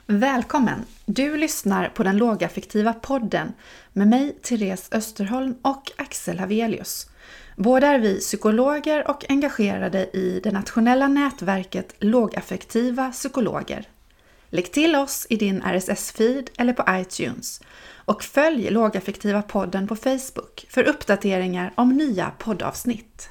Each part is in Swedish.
Välkommen! Du lyssnar på den lågaffektiva podden med mig, Therese Österholm och Axel Havelius. Båda är vi psykologer och engagerade i det nationella nätverket Lågaffektiva psykologer. Lägg till oss i din RSS-feed eller på iTunes och följ Lågaffektiva podden på Facebook för uppdateringar om nya poddavsnitt.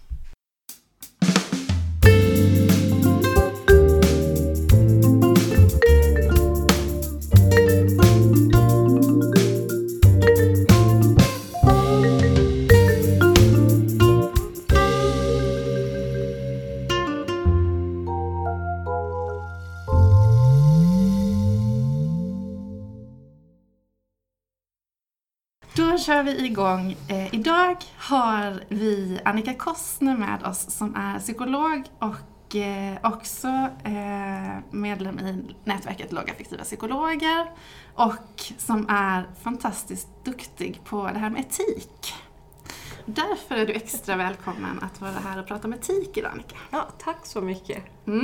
Då kör vi igång. Idag har vi Annika Kossner med oss som är psykolog och också medlem i nätverket Lågaffektiva psykologer och som är fantastiskt duktig på det här med etik. Därför är du extra välkommen att vara här och prata om etik idag, Annika. Ja, tack så mycket.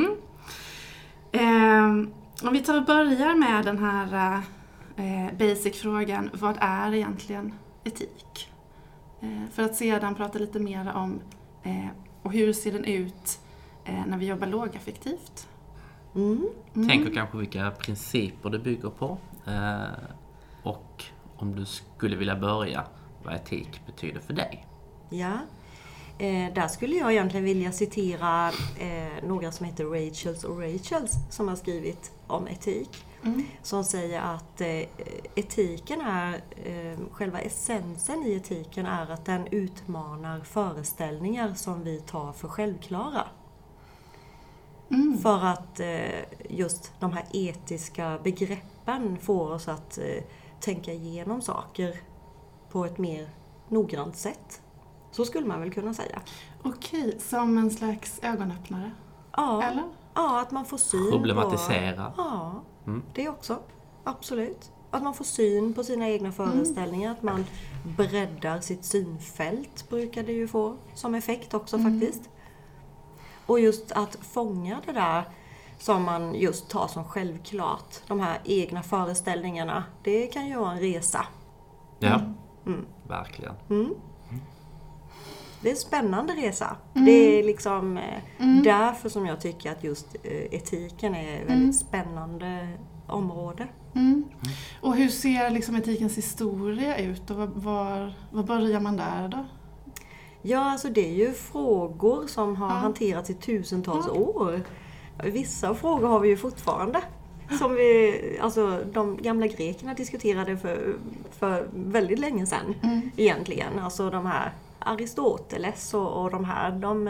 Om vi tar och börjar med den här basic-frågan, vad är egentligen etik? För att sedan prata lite mer om och hur ser den ut när vi jobbar lågaffektivt. Tänker kanske vilka principer det bygger på och om du skulle vilja börja, vad etik betyder för dig. Ja, där skulle jag egentligen vilja citera några som heter Rachels som har skrivit om etik. Som säger att etiken är, själva essensen i etiken är att den utmanar föreställningar som vi tar för självklara. För att just de här etiska begreppen får oss att tänka igenom saker på ett mer noggrant sätt. Så skulle man väl kunna säga. Okej, som en slags ögonöppnare? Ja, eller? Ja, att man får syn problematisera. Ja, det också. Absolut. Att man får syn på sina egna föreställningar. Att man breddar sitt synfält brukar det ju få som effekt också faktiskt. Och just att fånga det där som man just tar som självklart. De här egna föreställningarna. Det kan ju vara en resa. Ja, verkligen. Det är en spännande resa. Det är liksom därför som jag tycker att just etiken är ett väldigt spännande område. Och hur ser liksom etikens historia ut och var börjar man där då? Ja, alltså det är ju frågor som har hanterats i tusentals år. Vissa frågor har vi ju fortfarande. Som alltså de gamla grekerna diskuterade för väldigt länge sedan egentligen. Alltså de här Aristoteles och de här,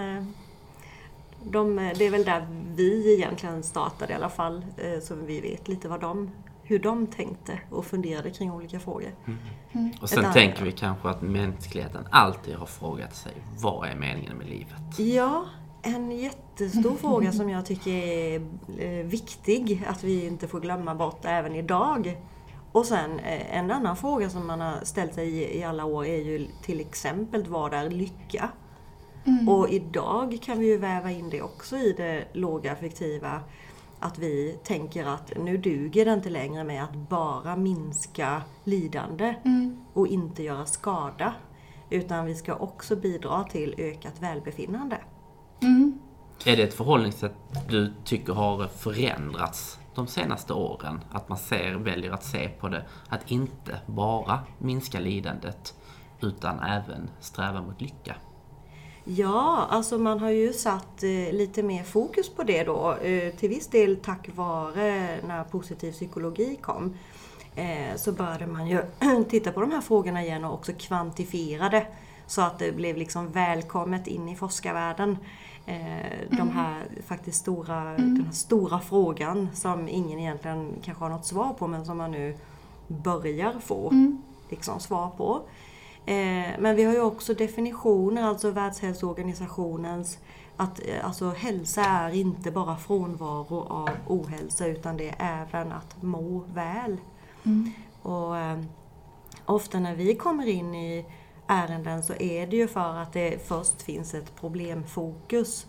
det är väl där vi egentligen startade i alla fall, så vi vet lite hur de tänkte och funderade kring olika frågor. Och sen tänker vi kanske att mänskligheten alltid har frågat sig, vad är meningen med livet? Ja, en jättestor fråga som jag tycker är viktig att vi inte får glömma bort även idag. Och sen en annan fråga som man har ställt sig i alla år är ju till exempel vad är lycka? Och idag kan vi ju väva in det också i det lågaffektiva. Att vi tänker att nu duger det inte längre med att bara minska lidande och inte göra skada. Utan vi ska också bidra till ökat välbefinnande. Är det ett förhållningssätt du tycker har förändrats de senaste åren? Att man väljer att se på det, att inte bara minska lidandet utan även sträva mot lycka? Ja, alltså man har ju satt lite mer fokus på det då. Till viss del tack vare när positiv psykologi kom. Så började man ju titta på de här frågorna igen och också kvantifiera det. Så att det blev liksom välkommet in i forskarvärlden. De här faktiskt den här stora frågan som ingen egentligen kanske har något svar på, men som man nu börjar få liksom svar på. Men vi har ju också definitioner, alltså Världshälsoorganisationens, att alltså hälsa är inte bara frånvaro av ohälsa utan det är även att må väl. Och ofta när vi kommer in i ärenden så är det ju för att det först finns ett problemfokus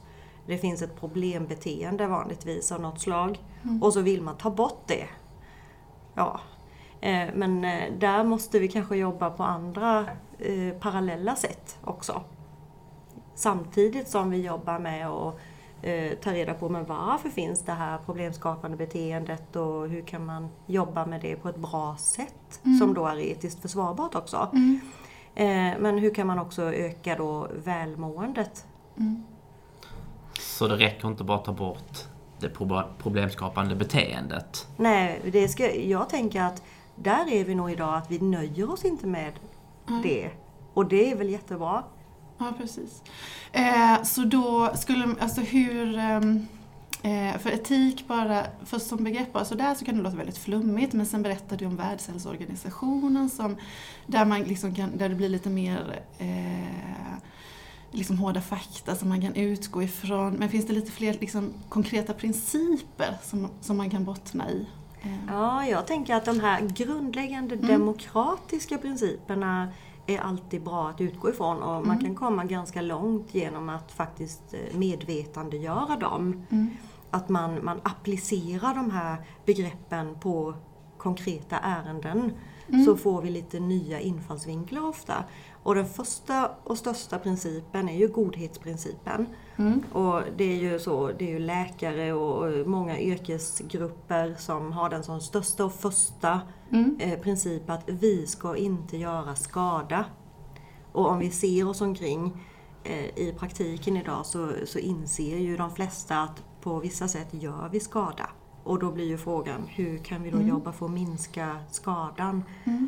Det finns ett problembeteende vanligtvis av något slag. Och så vill man ta bort det. Ja. Men där måste vi kanske jobba på andra parallella sätt också. Samtidigt som vi jobbar med att ta reda på men varför finns det här problemskapande beteendet och hur kan man jobba med det på ett bra sätt som då är etiskt försvarbart också. Men hur kan man också öka då välmåendet? Så det räcker inte bara att ta bort det problemskapande beteendet? Nej, jag tänker att där är vi nog idag att vi nöjer oss inte med det. Och det är väl jättebra. Ja, precis. Så då skulle, alltså hur, för etik bara, för som begrepp bara så där så kan det låta väldigt flummigt, men sen berättade du om Världshälsoorganisationen där man liksom där det blir lite mer liksom hårda fakta som man kan utgå ifrån. Men finns det lite fler liksom konkreta principer som man kan bottna i? Ja, jag tänker att de här grundläggande demokratiska principerna är alltid bra att utgå ifrån och man kan komma ganska långt genom att faktiskt medvetandegöra dem. Att man applicerar de här begreppen på konkreta ärenden så får vi lite nya infallsvinklar ofta. Och den första och största principen är ju godhetsprincipen. Och det är ju så, det är ju läkare och många yrkesgrupper som har den som största och första princip att vi ska inte göra skada. Och om vi ser oss omkring i praktiken idag så inser ju de flesta att på vissa sätt gör vi skada. Och då blir ju frågan, hur kan vi då jobba för att minska skadan?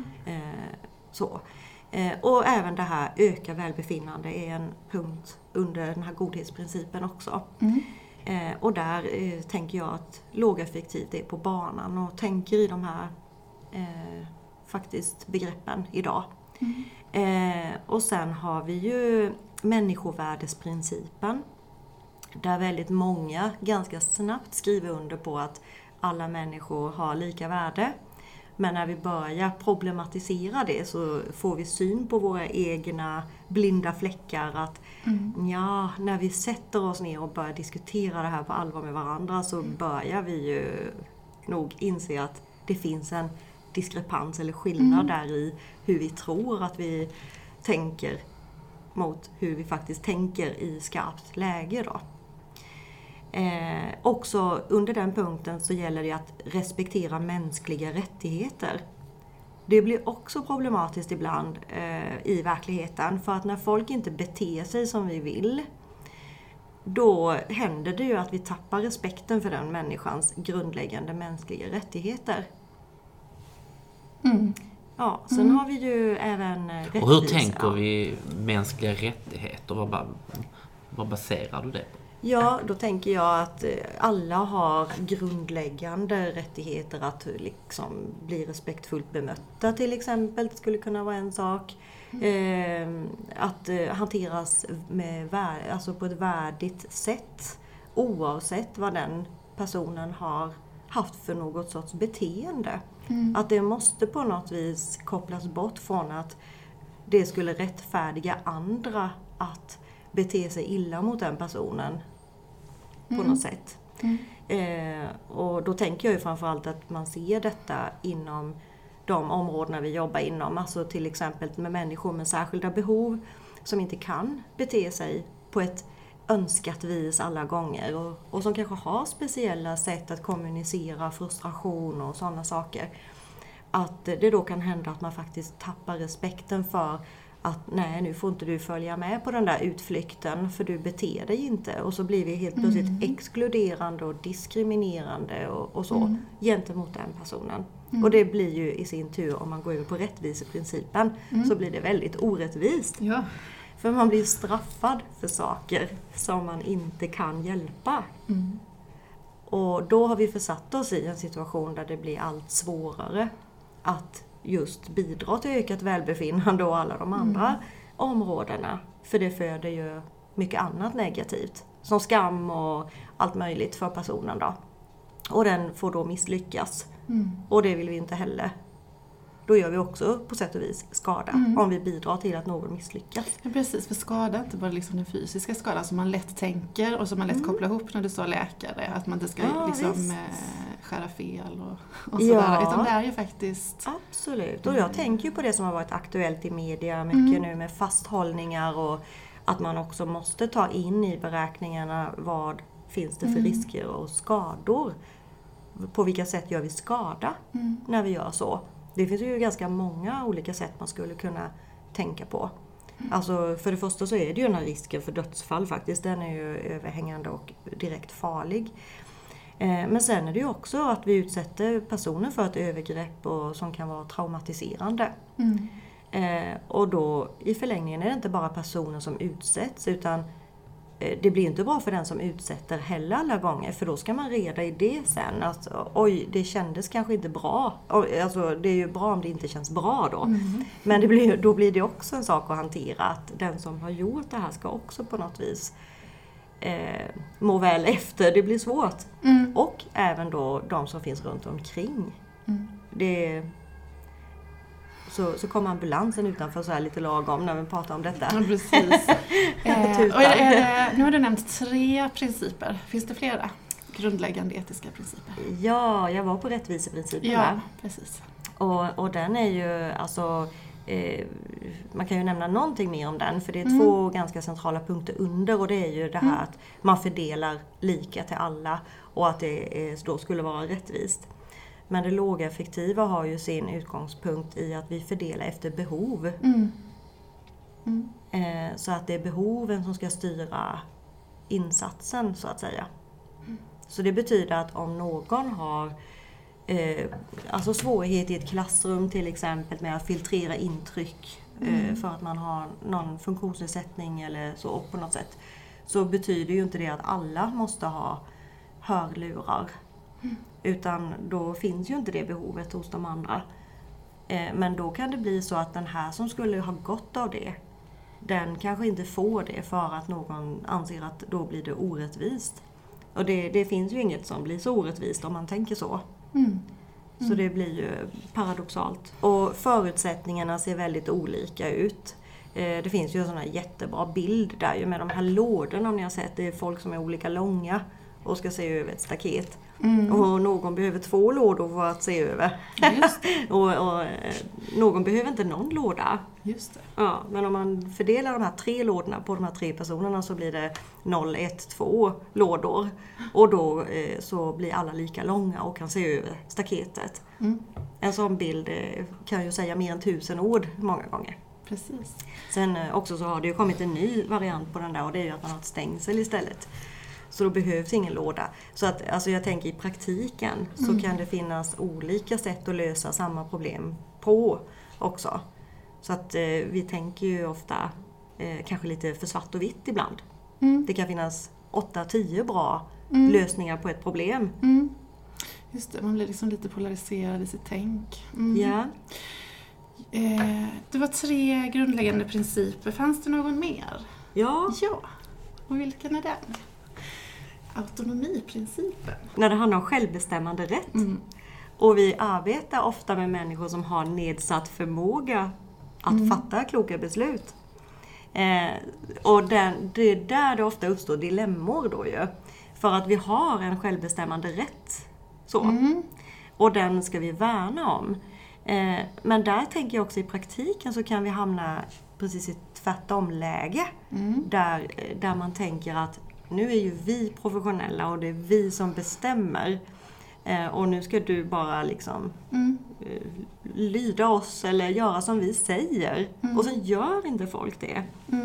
Och även det här öka välbefinnande är en punkt under den här godhetsprincipen också. Och där tänker jag att lågaffektivt är på banan och tänker i de här faktiskt begreppen idag. Och sen har vi ju människovärdesprincipen. Där väldigt många ganska snabbt skriver under på att alla människor har lika värde. Men när vi börjar problematisera det så får vi syn på våra egna blinda fläckar. Att när vi sätter oss ner och börjar diskutera det här på allvar med varandra så börjar vi ju nog inse att det finns en diskrepans eller skillnad där i hur vi tror att vi tänker mot hur vi faktiskt tänker i skarpt läge då. Också under den punkten så gäller det att respektera mänskliga rättigheter. Det blir också problematiskt ibland i verkligheten, för att när folk inte beter sig som vi vill, då händer det ju att vi tappar respekten för den människans grundläggande mänskliga rättigheter. Ja, sen har vi ju även rättvisa. Och hur tänker vi mänskliga rättigheter? Vad baserar du det på? Ja, då tänker jag att alla har grundläggande rättigheter att liksom bli respektfullt bemötta till exempel. Det skulle kunna vara en sak. Att hanteras alltså på ett värdigt sätt oavsett vad den personen har haft för något sorts beteende. Att det måste på något vis kopplas bort från att det skulle rättfärdiga andra att bete sig illa mot den personen på något sätt. Och då tänker jag ju framförallt att man ser detta inom de områdena vi jobbar inom. Alltså till exempel med människor med särskilda behov som inte kan bete sig på ett önskat vis alla gånger. Och som kanske har speciella sätt att kommunicera frustration och sådana saker. Att det då kan hända att man faktiskt tappar respekten för att nej, nu får inte du följa med på den där utflykten för du beter dig inte. Och så blir vi helt plötsligt exkluderande och diskriminerande och så gentemot den personen. Och det blir ju i sin tur, om man går över på rättviseprincipen, så blir det väldigt orättvist. Ja. För man blir straffad för saker som man inte kan hjälpa. Och då har vi försatt oss i en situation där det blir allt svårare att just bidra till ökat välbefinnande och alla de andra områdena. För det föder ju mycket annat negativt. Som skam och allt möjligt för personen då. Och den får då misslyckas. Och det vill vi inte heller. då gör vi också på sätt och vis skada om vi bidrar till att någon misslyckas. Ja, precis, för skada är inte bara liksom den fysiska skadan som man lätt tänker och som man lätt kopplar ihop när du står läkare. Att man inte ska skära fel och sådär. Utan det är ju faktiskt... Absolut, och jag tänker ju på det som har varit aktuellt i media mycket nu med fasthållningar och att man också måste ta in i beräkningarna vad finns det för risker och skador. På vilka sätt gör vi skada när vi gör så? Det finns ju ganska många olika sätt man skulle kunna tänka på. Alltså för det första så är det ju den här risken för dödsfall faktiskt. Den är ju överhängande och direkt farlig. Men sen är det ju också att vi utsätter personer för ett övergrepp som kan vara traumatiserande. Och då i förlängningen är det inte bara personer som utsätts utan det blir inte bra för den som utsätter heller alla gånger. För då ska man reda i det sen. Att, oj, det kändes kanske inte bra. Alltså det är ju bra om det inte känns bra då. Men då blir det också en sak att hantera. Att den som har gjort det här ska också på något vis må väl efter. Det blir svårt. Och även då de som finns runt omkring. Så kommer ambulansen utanför så här lite lagom när vi pratar om detta. Ja, precis. Nu har du nämnt 3 principer. Finns det flera grundläggande etiska principer? Ja, jag var på rättviseprincipen. Ja, precis. Och den är ju, alltså, man kan ju nämna någonting mer om den. För det är 2 ganska centrala punkter under. Och det är ju det här att man fördelar lika till alla. Och att det då skulle vara rättvist. Men det lågaffektiva har ju sin utgångspunkt i att vi fördelar efter behov. Så att det är behoven som ska styra insatsen så att säga. Så det betyder att om någon har alltså svårighet i ett klassrum till exempel med att filtrera intryck för att man har någon funktionsnedsättning eller så på något sätt. Så betyder ju inte det att alla måste ha hörlurar. Utan då finns ju inte det behovet hos de andra. Men då kan det bli så att den här som skulle ha gott av det, den kanske inte får det för att någon anser att då blir det orättvist. Och det finns ju inget som blir så orättvist om man tänker så. Så det blir ju paradoxalt. Och förutsättningarna ser väldigt olika ut. Det finns ju en sån här jättebra bild där ju med de här lådorna om ni har sett. Det är folk som är olika långa och ska se över ett staket. Och någon behöver 2 lådor för att se över. Just och någon behöver inte någon låda. Just det. Ja, men om man fördelar de här 3 lådorna på de här 3 personerna så blir det 0, 1, 2 lådor. Och då så blir alla lika långa och kan se över staketet. En sån bild kan ju säga mer än 1000 ord många gånger. Precis. Sen också så har det ju kommit en ny variant på den där och det är ju att man har ett stängsel istället. Så då behövs ingen låda. Så att, alltså jag tänker i praktiken så kan det finnas olika sätt att lösa samma problem på också. Så att vi tänker ju ofta kanske lite för svart och vitt ibland. Det kan finnas 8-10 bra lösningar på ett problem. Just det, man blir liksom lite polariserad i sitt tänk. Ja. Det var 3 grundläggande principer. Fanns det någon mer? Ja. Ja. Och vilken är den? Autonomiprincipen. När det handlar om självbestämmande rätt. Och vi arbetar ofta med människor som har nedsatt förmåga att fatta kloka beslut. Och det är där det ofta uppstår dilemmor då ju. För att vi har en självbestämmande rätt. Så. Och den ska vi värna om. Men där tänker jag också i praktiken så kan vi hamna precis i ett tvärtomläge. Där man tänker att nu är ju vi professionella och det är vi som bestämmer. Och nu ska du bara liksom lyda oss eller göra som vi säger. Och så gör inte folk det.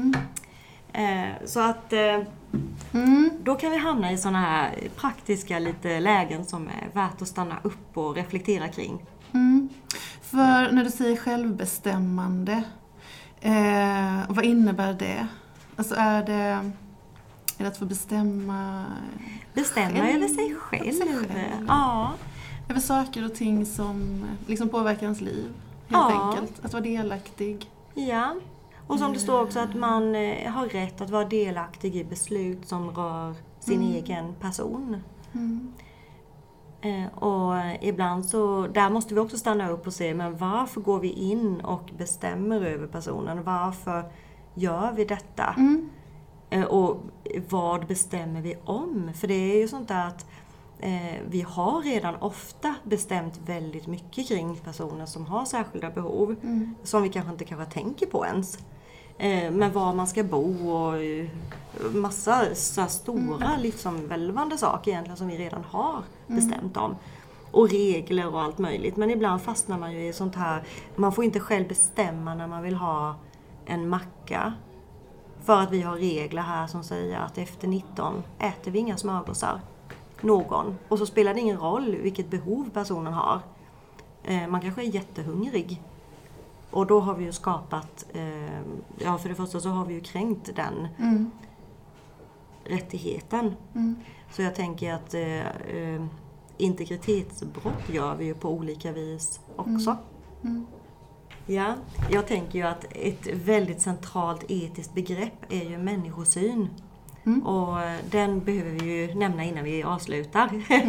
Så att då kan vi hamna i såna här praktiska lite lägen som är värt att stanna upp och reflektera kring. För när du säger självbestämmande, vad innebär det? Alltså är det att få bestämma över sig själv. Ja. Över saker och ting som liksom påverkar ens liv, helt enkelt. Att vara delaktig. Ja, och som det står också att man har rätt att vara delaktig i beslut som rör sin egen person. Och ibland så, där måste vi också stanna upp och se, men varför går vi in och bestämmer över personen? Varför gör vi detta? Och vad bestämmer vi om? För det är ju sånt där att vi har redan ofta bestämt väldigt mycket kring personer som har särskilda behov. Som vi kanske inte tänker på ens. Men var man ska bo och massa så stora livsomvälvande saker egentligen som vi redan har bestämt om. Och regler och allt möjligt. Men ibland fastnar man ju i sånt här, man får inte själv bestämma när man vill ha en macka. För att vi har regler här som säger att efter 19 äter vi inga smörgåsar. Någon. Och så spelar det ingen roll vilket behov personen har. Man kanske är jättehungrig. Och då har vi ju skapat, för det första så har vi ju kränkt den rättigheten. Så jag tänker att integritetsbrott gör vi ju på olika vis också. Ja, jag tänker ju att ett väldigt centralt etiskt begrepp är ju människosyn. Och den behöver vi ju nämna innan vi avslutar.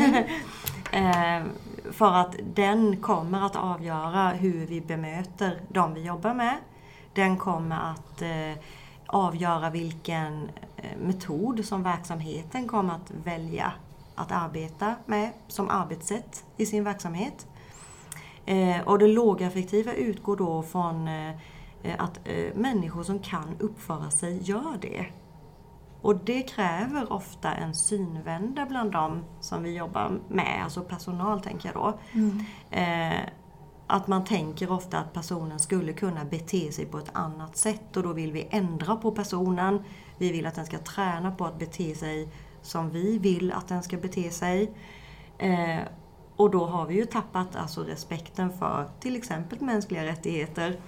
För att den kommer att avgöra hur vi bemöter de vi jobbar med. Den kommer att avgöra vilken metod som verksamheten kommer att välja att arbeta med som arbetssätt i sin verksamhet. Och det lågaffektiva utgår då från att människor som kan uppföra sig gör det. Och det kräver ofta en synvända bland dem som vi jobbar med, alltså personal tänker jag då. Att man tänker ofta att personen skulle kunna bete sig på ett annat sätt och då vill vi ändra på personen. Vi vill att den ska träna på att bete sig som vi vill att den ska bete sig. Och då har vi ju tappat alltså respekten för till exempel mänskliga rättigheter.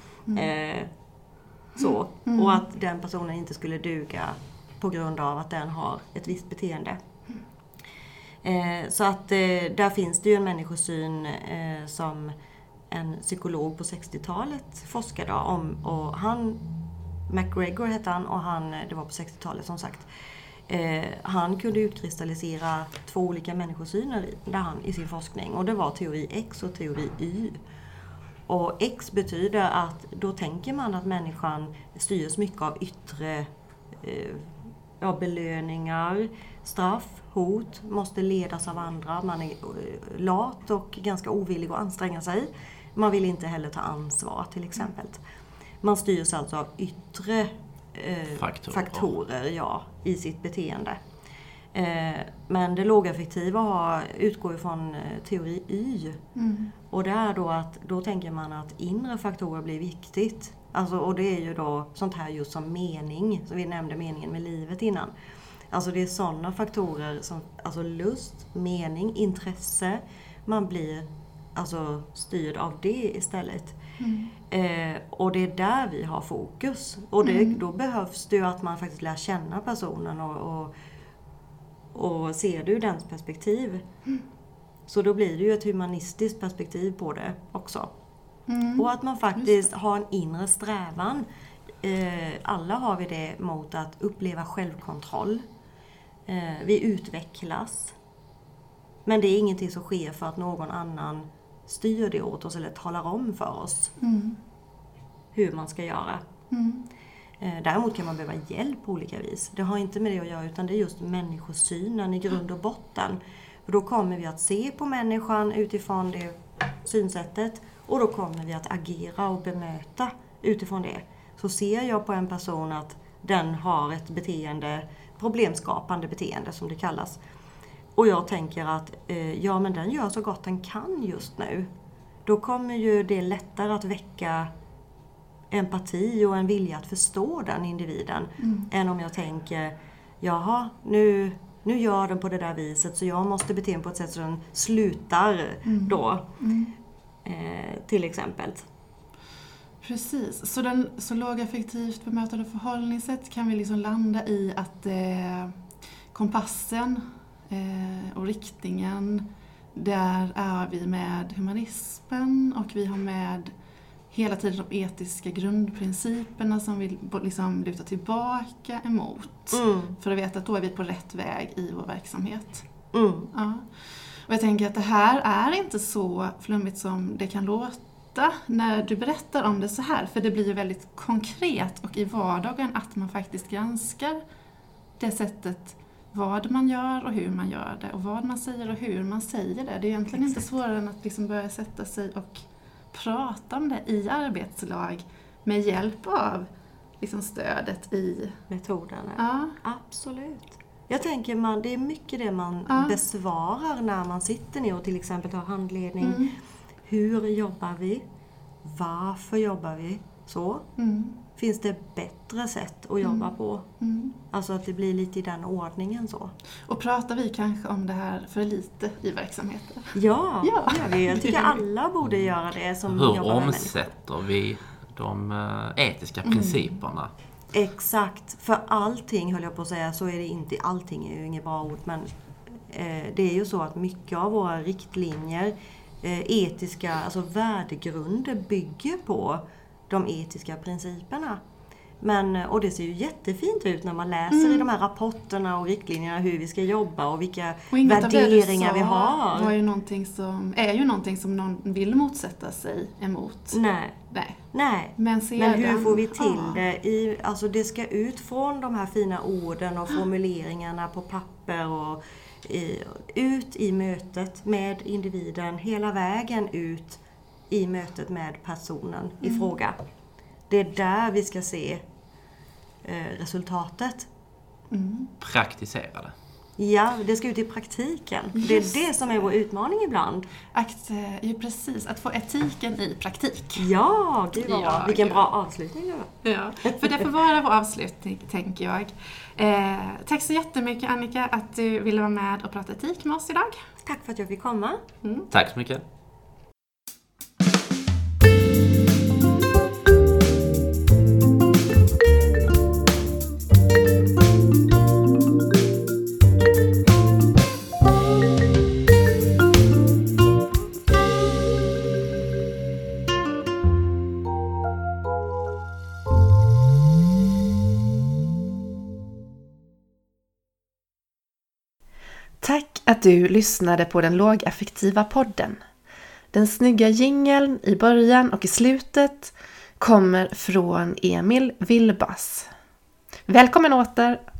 Och att den personen inte skulle duga på grund av att den har ett visst beteende. Så att där finns det ju en människosyn som en psykolog på 60-talet forskade om. Och McGregor hette han och det var på 60-talet som sagt. Han kunde utkristallisera 2 olika människosyner i sin forskning. Och det var teori X och teori Y. Och X betyder att då tänker man att människan styrs mycket av yttre belöningar, straff, hot, måste ledas av andra. Man är lat och ganska ovillig att anstränga sig. Man vill inte heller ta ansvar till exempel. Man styrs alltså av yttre faktorer i sitt beteende. Men det lågaffektiva utgår ju från teori Y. Och det är då att då tänker man att inre faktorer blir viktigt. Alltså, och det är ju då sånt här just som mening, som vi nämnde meningen med livet innan. Alltså det är sådana faktorer som alltså lust, mening, intresse. Man blir alltså styrd av det istället. Och det är där vi har fokus. Och då behövs det ju att man faktiskt lär känna personen och ser du dens perspektiv. Så då blir det ju ett humanistiskt perspektiv på det också. Och att man faktiskt har en inre strävan. Alla har vi det mot att uppleva självkontroll. Vi utvecklas. Men det är ingenting som sker för att någon annan styr det åt oss eller talar om för oss hur man ska göra. Däremot kan man behöva hjälp på olika vis. Det har inte med det att göra utan det är just människosynen i grund och botten. För då kommer vi att se på människan utifrån det synsättet och då kommer vi att agera och bemöta utifrån det. Så ser jag på en person att den har ett beteende, problemskapande beteende som det kallas. Och jag tänker att men den gör så gott den kan just nu. Då kommer ju det lättare att väcka empati och en vilja att förstå den individen. Än om jag tänker, jaha, nu gör den på det där viset så jag måste bete mig på ett sätt så den slutar då. Till exempel. Precis, så lågaffektivt bemötande förhållningssätt kan vi liksom landa i att kompassen och riktningen, där är vi med humanismen och vi har med hela tiden de etiska grundprinciperna som vi liksom lutar tillbaka emot. För att veta att då är vi på rätt väg i vår verksamhet. Ja. Och jag tänker att det här är inte så flummigt som det kan låta när du berättar om det så här. För det blir ju väldigt konkret och i vardagen att man faktiskt granskar det sättet vad man gör och hur man gör det och vad man säger och hur man säger det. Det är egentligen inte svårare än att liksom börja sätta sig och prata om det i arbetslag med hjälp av liksom stödet i metoderna. Ja. Absolut. Jag tänker det är mycket det man besvarar när man sitter ner och till exempel tar handledning. Hur jobbar vi? Varför jobbar vi så? Finns det bättre sätt att jobba på? Alltså att det blir lite i den ordningen så. Och pratar vi kanske om det här för lite i verksamheten? Ja. Jag tycker alla borde göra det som jobbar med människor. Hur omsätter vi de etiska principerna? Exakt, för allting höll jag på att säga, så är det inte, allting är ju inget bra ord, men det är ju så att mycket av våra riktlinjer, etiska, alltså värdegrunder bygger på de etiska principerna. Och det ser ju jättefint ut när man läser i de här rapporterna och riktlinjerna hur vi ska jobba och vilka värderingar vi har. Var ju någonting som någon vill motsätta sig emot. Nej. Men hur får vi till det? Alltså det ska ut från de här fina orden och formuleringarna på papper och ut i mötet med individen, hela vägen ut i mötet med personen i fråga. Det är där vi ska se resultatet. Praktisera det. Ja, det ska ut i praktiken. Det är det som är vår utmaning ibland. Precis, att få etiken i praktik. Ja, gud vad bra. Vilken bra avslutning det var. Ja, för det får vara vår avslutning, tänker jag. Tack så jättemycket Annika att du ville vara med och prata etik med oss idag. Tack för att jag fick komma. Tack så mycket. Tack att du lyssnade på den lågaffektiva podden. Den snygga jingeln i början och i slutet kommer från Emil Wilbas. Välkommen åter!